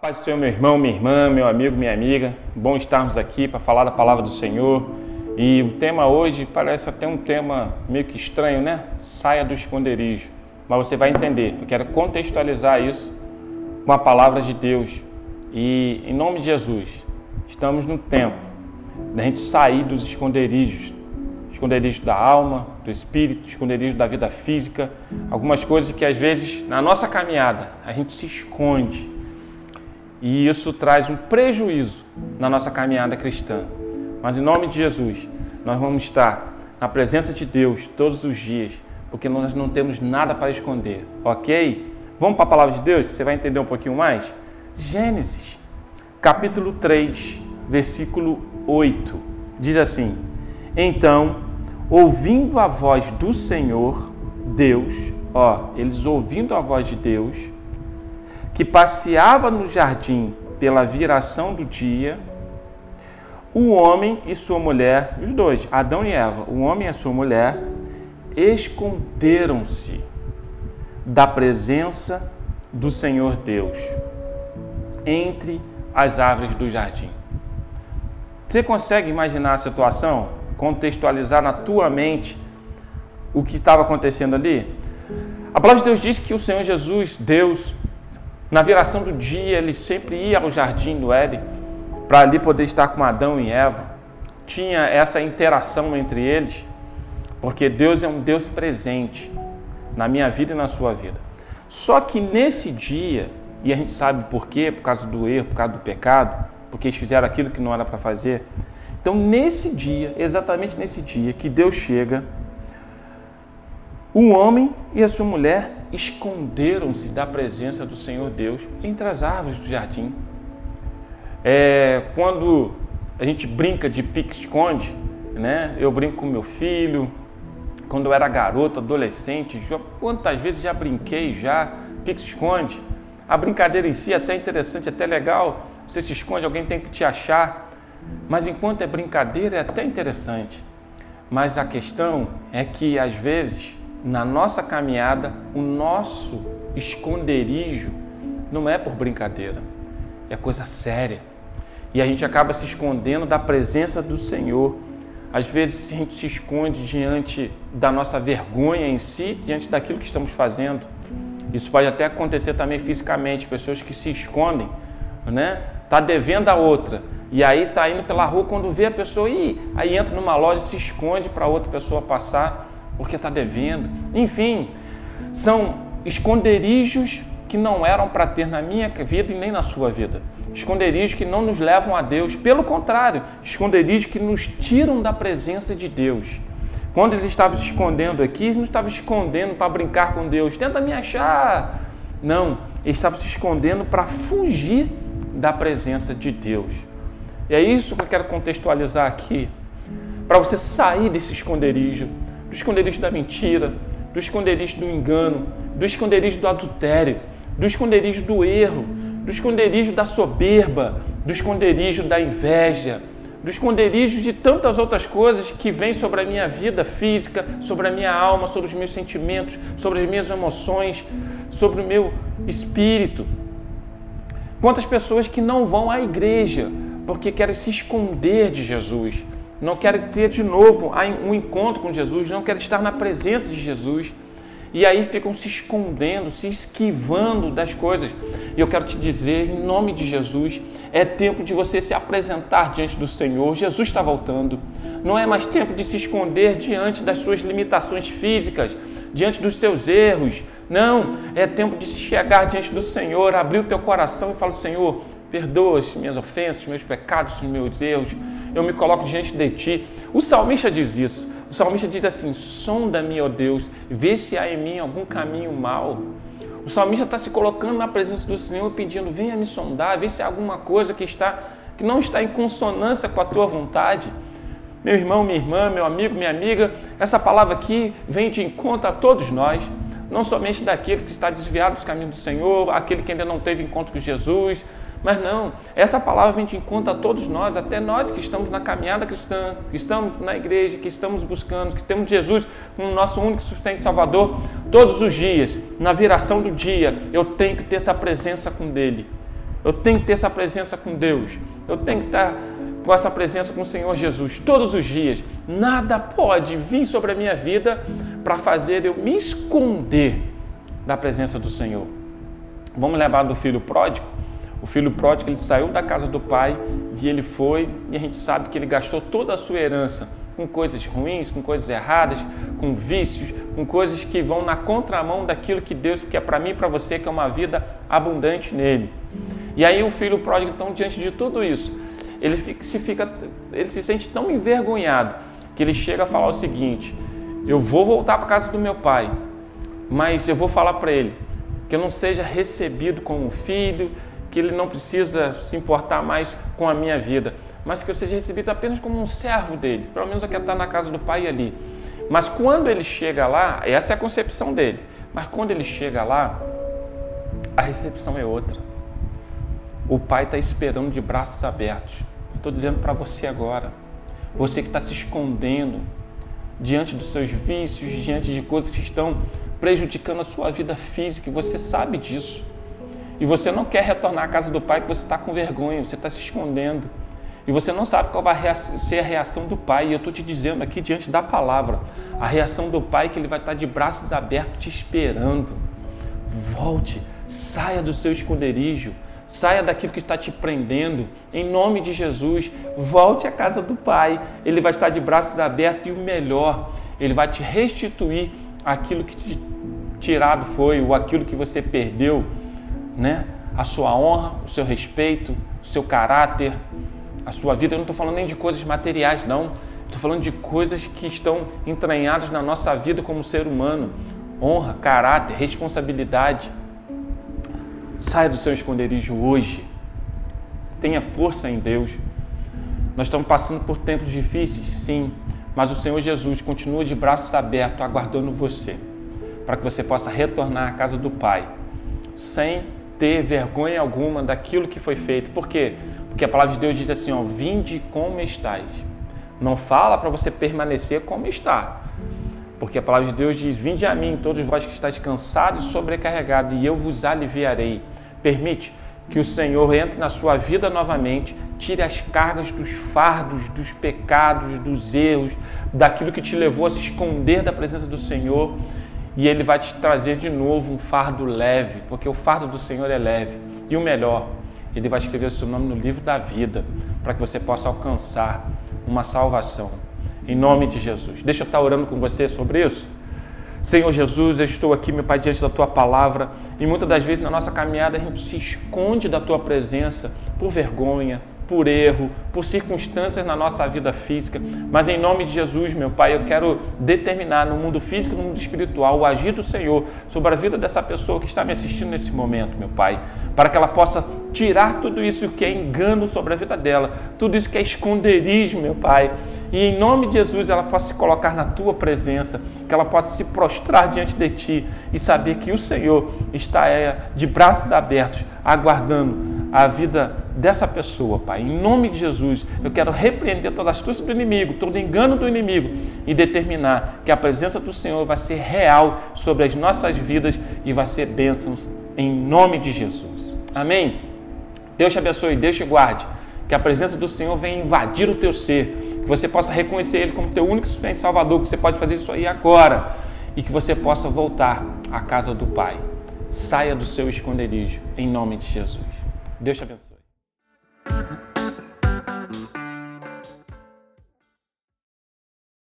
Paz do Senhor, meu irmão, minha irmã, meu amigo, minha amiga. Bom estarmos aqui para falar da palavra do Senhor. E o tema hoje parece até um tema meio que estranho, né? Saia do esconderijo. Mas você vai entender. Eu quero contextualizar isso com a palavra de Deus. E em nome de Jesus, estamos no tempo da gente sair dos esconderijos. Esconderijo da alma, do espírito, esconderijo da vida física. Algumas coisas que às vezes na nossa caminhada a gente se esconde. E isso traz um prejuízo na nossa caminhada cristã. Mas em nome de Jesus, nós vamos estar na presença de Deus todos os dias, porque nós não temos nada para esconder, ok? Vamos para a palavra de Deus, que você vai entender um pouquinho mais? Gênesis, capítulo 3, versículo 8, diz assim: Então, ouvindo a voz do Senhor, Deus, eles ouvindo a voz de Deus, que passeava no jardim pela viração do dia, o homem e sua mulher, os dois, Adão e Eva, o homem e a sua mulher, esconderam-se da presença do Senhor Deus entre as árvores do jardim. Você consegue imaginar a situação? Contextualizar na tua mente o que estava acontecendo ali? A palavra de Deus diz que o Senhor Jesus, Deus, na viração do dia, ele sempre ia ao jardim do Éden para ali poder estar com Adão e Eva. Tinha essa interação entre eles, porque Deus é um Deus presente na minha vida e na sua vida. Só que nesse dia, e a gente sabe por quê, por causa do erro, por causa do pecado, porque eles fizeram aquilo que não era para fazer. Então nesse dia, exatamente nesse dia que Deus chega, o homem e a sua mulher esconderam-se da presença do Senhor Deus entre as árvores do jardim. Quando a gente brinca de pique-esconde, né? Eu brinco com meu filho, quando eu era garoto, adolescente, quantas vezes já brinquei, pique-esconde. A brincadeira em si é até interessante, até legal, você se esconde, alguém tem que te achar, mas enquanto é brincadeira é até interessante. Mas a questão é que às vezes, na nossa caminhada, o nosso esconderijo não é por brincadeira, é coisa séria. E a gente acaba se escondendo da presença do Senhor. Às vezes a gente se esconde diante da nossa vergonha em si, diante daquilo que estamos fazendo. Isso pode até acontecer também fisicamente, pessoas que se escondem, né? Tá devendo a outra, e aí tá indo pela rua, quando vê a pessoa, aí entra numa loja e se esconde para outra pessoa passar, porque está devendo. Enfim, são esconderijos que não eram para ter na minha vida e nem na sua vida. Esconderijos que não nos levam a Deus. Pelo contrário, esconderijos que nos tiram da presença de Deus. Quando eles estavam se escondendo aqui, eles não estavam se escondendo para brincar com Deus. Tenta me achar. Não, eles estavam se escondendo para fugir da presença de Deus. E é isso que eu quero contextualizar aqui. Para você sair desse esconderijo, do esconderijo da mentira, do esconderijo do engano, do esconderijo do adultério, do esconderijo do erro, do esconderijo da soberba, do esconderijo da inveja, do esconderijo de tantas outras coisas que vêm sobre a minha vida física, sobre a minha alma, sobre os meus sentimentos, sobre as minhas emoções, sobre o meu espírito. Quantas pessoas que não vão à igreja porque querem se esconder de Jesus, não querem ter de novo um encontro com Jesus, não querem estar na presença de Jesus, e aí ficam se escondendo, se esquivando das coisas. E eu quero te dizer, em nome de Jesus, é tempo de você se apresentar diante do Senhor. Jesus está voltando. Não é mais tempo de se esconder diante das suas limitações físicas, diante dos seus erros. Não, é tempo de se chegar diante do Senhor, abrir o teu coração e falar: Senhor, perdoa as minhas ofensas, os meus pecados, os meus erros. Eu me coloco diante de Ti. O salmista diz isso. O salmista diz assim: sonda-me, ó Deus, vê se há em mim algum caminho mau. O salmista está se colocando na presença do Senhor, pedindo: venha me sondar, vê se há alguma coisa que não está em consonância com a Tua vontade. Meu irmão, minha irmã, meu amigo, minha amiga, essa palavra aqui vem de encontro a todos nós. Não somente daqueles que estão desviados dos caminhos do Senhor, aquele que ainda não teve encontro com Jesus, mas não, essa palavra vem de encontro a todos nós, até nós que estamos na caminhada cristã, que estamos na igreja, que estamos buscando, que temos Jesus como nosso único e suficiente Salvador. Todos os dias, na viração do dia, eu tenho que ter essa presença com Ele. Eu tenho que ter essa presença com Deus. Eu tenho que estar com essa presença com o Senhor Jesus todos os dias. Nada pode vir sobre a minha vida para fazer eu me esconder da presença do Senhor. Vamos lembrar do filho pródigo? O filho pródigo, ele saiu da casa do pai e ele foi, e a gente sabe que ele gastou toda a sua herança com coisas ruins, com coisas erradas, com vícios, com coisas que vão na contramão daquilo que Deus quer para mim e para você, que é uma vida abundante nele. E aí o filho pródigo, então, diante de tudo isso, ele se sente tão envergonhado que ele chega a falar o seguinte: eu vou voltar para a casa do meu pai, mas eu vou falar para ele que eu não seja recebido como filho, que ele não precisa se importar mais com a minha vida, mas que eu seja recebido apenas como um servo dele. Pelo menos eu quero estar na casa do pai ali. Mas quando ele chega lá, essa é a concepção dele, mas quando ele chega lá, a recepção é outra. O pai está esperando de braços abertos. Estou dizendo para você agora, você que está se escondendo diante dos seus vícios, diante de coisas que estão prejudicando a sua vida física, e você sabe disso. E você não quer retornar à casa do pai, que você está com vergonha, você está se escondendo. E você não sabe qual vai ser a reação do pai. E eu estou te dizendo aqui, diante da palavra, a reação do pai é que ele vai estar de braços abertos te esperando. Volte, saia do seu esconderijo, saia daquilo que está te prendendo, em nome de Jesus. Volte à casa do pai, ele vai estar de braços abertos e o melhor, ele vai te restituir aquilo que te tirado foi, ou aquilo que você perdeu, né? A sua honra, o seu respeito, o seu caráter, a sua vida. Eu não estou falando nem de coisas materiais, não. Estou falando de coisas que estão entranhadas na nossa vida como ser humano. Honra, caráter, responsabilidade. Saia do seu esconderijo hoje. Tenha força em Deus. Nós estamos passando por tempos difíceis, sim, mas o Senhor Jesus continua de braços abertos, aguardando você, para que você possa retornar à casa do Pai, sem ter vergonha alguma daquilo que foi feito. Por quê? Porque a palavra de Deus diz assim, ó, vinde como estáis. Não fala para você permanecer como está. Porque a palavra de Deus diz, vinde a mim, todos vós que estáis cansados e sobrecarregados, e eu vos aliviarei. Permite que o Senhor entre na sua vida novamente, tire as cargas dos fardos, dos pecados, dos erros, daquilo que te levou a se esconder da presença do Senhor, e Ele vai te trazer de novo um fardo leve, porque o fardo do Senhor é leve. E o melhor, Ele vai escrever o seu nome no livro da vida, para que você possa alcançar uma salvação. Em nome de Jesus. Deixa eu estar orando com você sobre isso. Senhor Jesus, eu estou aqui, meu Pai, diante da Tua palavra, e muitas das vezes na nossa caminhada a gente se esconde da Tua presença por vergonha, por erro, por circunstâncias na nossa vida física, mas em nome de Jesus, meu Pai, eu quero determinar no mundo físico e no mundo espiritual o agir do Senhor sobre a vida dessa pessoa que está me assistindo nesse momento, meu Pai, para que ela possa tirar tudo isso que é engano sobre a vida dela, tudo isso que é esconderijo, meu Pai, e em nome de Jesus ela possa se colocar na Tua presença, que ela possa se prostrar diante de Ti e saber que o Senhor está de braços abertos, aguardando a vida dessa pessoa, Pai. Em nome de Jesus, eu quero repreender toda a astúcia do inimigo, todo engano do inimigo e determinar que a presença do Senhor vai ser real sobre as nossas vidas e vai ser bênçãos em nome de Jesus. Amém? Deus te abençoe, Deus te guarde. Que a presença do Senhor venha invadir o teu ser, que você possa reconhecer Ele como teu único e Salvador, que você pode fazer isso aí agora e que você possa voltar à casa do Pai. Saia do seu esconderijo, em nome de Jesus. Deus te abençoe.